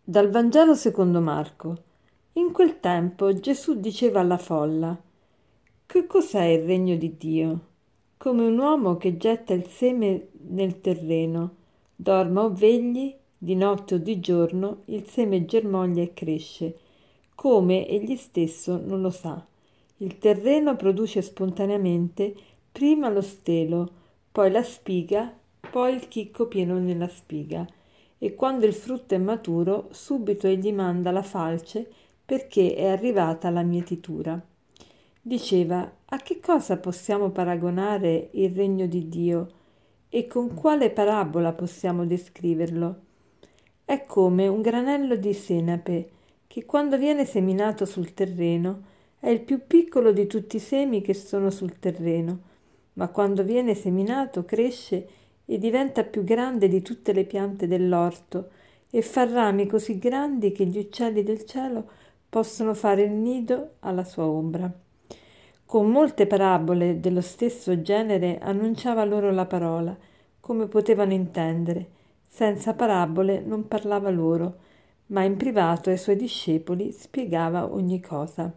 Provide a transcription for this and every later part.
Dal Vangelo secondo Marco. In quel tempo Gesù diceva alla folla: Che cos'è il regno di Dio? Come un uomo che getta il seme nel terreno. Dorma o vegli, di notte o di giorno, il seme germoglia e cresce, come egli stesso non lo sa. Il terreno produce spontaneamente prima lo stelo, poi la spiga, poi il chicco pieno nella spiga. E quando il frutto è maturo, subito egli manda la falce perché è arrivata la mietitura. Diceva: a che cosa possiamo paragonare il regno di Dio e con quale parabola possiamo descriverlo? È come un granello di senape che quando viene seminato sul terreno è il più piccolo di tutti i semi che sono sul terreno, ma quando viene seminato cresce e diventa più grande di tutte le piante dell'orto e fa rami così grandi che gli uccelli del cielo possono fare il nido alla sua ombra. Con molte parabole dello stesso genere annunciava loro la parola, come potevano intendere. Senza parabole non parlava loro, ma in privato ai suoi discepoli spiegava ogni cosa.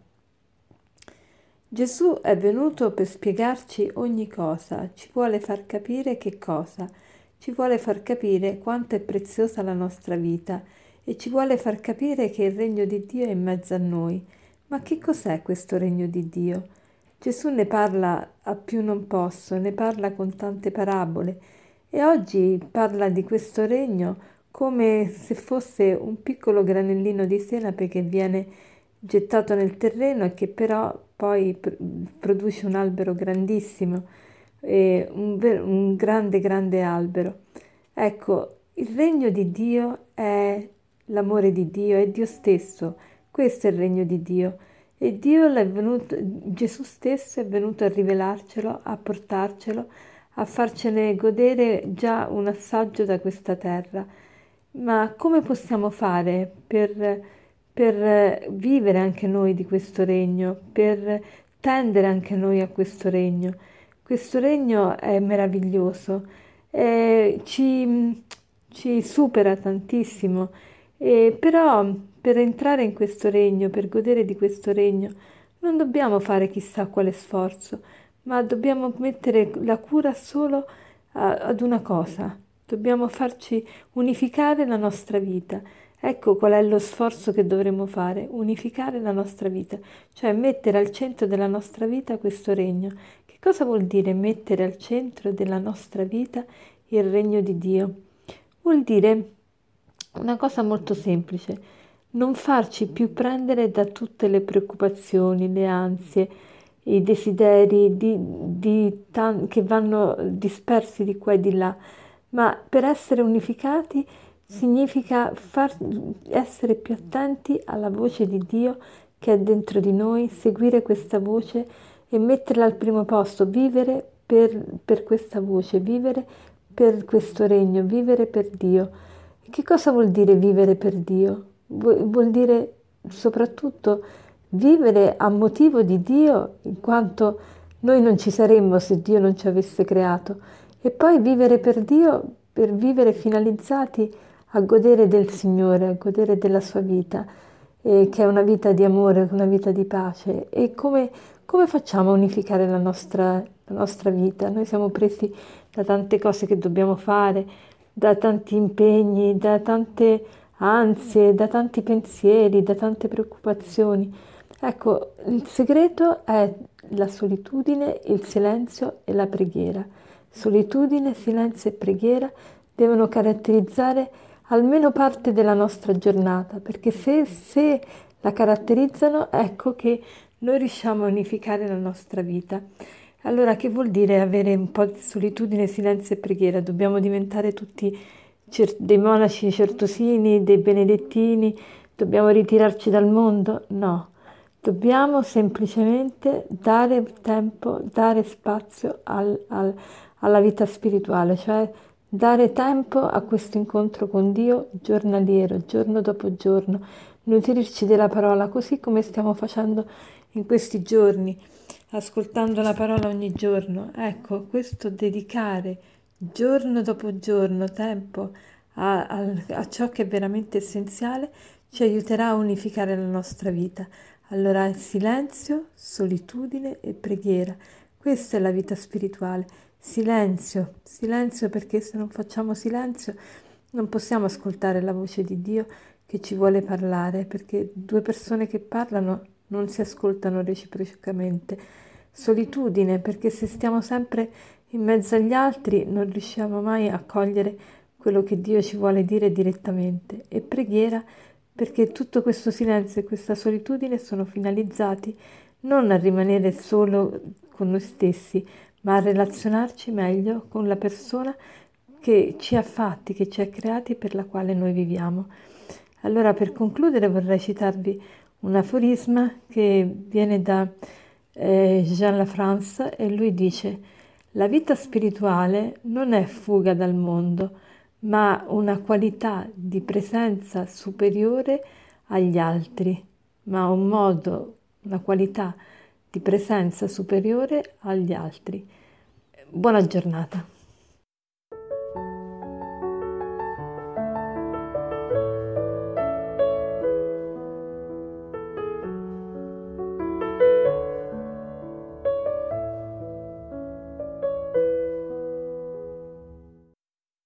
Gesù è venuto per spiegarci ogni cosa, ci vuole far capire che cosa, ci vuole far capire quanto è preziosa la nostra vita e ci vuole far capire che il regno di Dio è in mezzo a noi. Ma che cos'è questo regno di Dio? Gesù ne parla a più non posso, ne parla con tante parabole e oggi parla di questo regno come se fosse un piccolo granellino di senape che viene gettato nel terreno e che però poi produce un albero grandissimo, un grande, grande albero. Ecco, il regno di Dio è l'amore di Dio, è Dio stesso. Questo è il regno di Dio. E Gesù stesso è venuto a rivelarcelo, a portarcelo, a farcene godere già un assaggio da questa terra. Ma come possiamo fare per vivere anche noi di questo regno, per tendere anche noi a questo regno? Questo regno è meraviglioso, ci supera tantissimo, però per entrare in questo regno, per godere di questo regno, non dobbiamo fare chissà quale sforzo, ma dobbiamo mettere la cura solo ad una cosa, dobbiamo farci unificare la nostra vita. Ecco qual è lo sforzo che dovremo fare, unificare la nostra vita, cioè mettere al centro della nostra vita questo regno. Che cosa vuol dire mettere al centro della nostra vita il regno di Dio? Vuol dire una cosa molto semplice, non farci più prendere da tutte le preoccupazioni, le ansie, i desideri che vanno dispersi di qua e di là, ma per essere unificati significa essere più attenti alla voce di Dio che è dentro di noi, seguire questa voce e metterla al primo posto, vivere per questa voce, vivere per questo regno, vivere per Dio. Che cosa vuol dire vivere per Dio? Vuol dire soprattutto vivere a motivo di Dio, in quanto noi non ci saremmo se Dio non ci avesse creato, e poi vivere per Dio, per vivere finalizzati a godere del Signore, a godere della sua vita, che è una vita di amore, una vita di pace. E come facciamo a unificare la nostra vita? Noi siamo presi da tante cose che dobbiamo fare, da tanti impegni, da tante ansie, da tanti pensieri, da tante preoccupazioni. Ecco, il segreto è la solitudine, il silenzio e la preghiera. Solitudine, silenzio e preghiera devono caratterizzare almeno parte della nostra giornata, perché se la caratterizzano, ecco che noi riusciamo a unificare la nostra vita. Allora, che vuol dire avere un po' di solitudine, silenzio e preghiera? Dobbiamo diventare tutti dei monaci certosini, dei benedettini? Dobbiamo ritirarci dal mondo? No. Dobbiamo semplicemente dare tempo, dare spazio alla vita spirituale, cioè dare tempo a questo incontro con Dio giornaliero, giorno dopo giorno, nutrirci della parola così come stiamo facendo in questi giorni, ascoltando la parola ogni giorno. Ecco, questo dedicare giorno dopo giorno tempo a ciò che è veramente essenziale, ci aiuterà a unificare la nostra vita. Allora silenzio, solitudine e preghiera. Questa è la vita spirituale. Silenzio, silenzio, perché se non facciamo silenzio non possiamo ascoltare la voce di Dio che ci vuole parlare, perché due persone che parlano non si ascoltano reciprocamente. Solitudine, perché se stiamo sempre in mezzo agli altri non riusciamo mai a cogliere quello che Dio ci vuole dire direttamente. E preghiera, perché tutto questo silenzio e questa solitudine sono finalizzati non a rimanere solo con noi stessi, ma a relazionarci meglio con la persona che ci ha fatti, che ci ha creati, per la quale noi viviamo. Allora, per concludere, vorrei citarvi un aforisma che viene da Jean Lafrance, e lui dice: la vita spirituale non è fuga dal mondo, ma una qualità di presenza superiore agli altri, ma un modo, una qualità di presenza superiore agli altri. Buona giornata.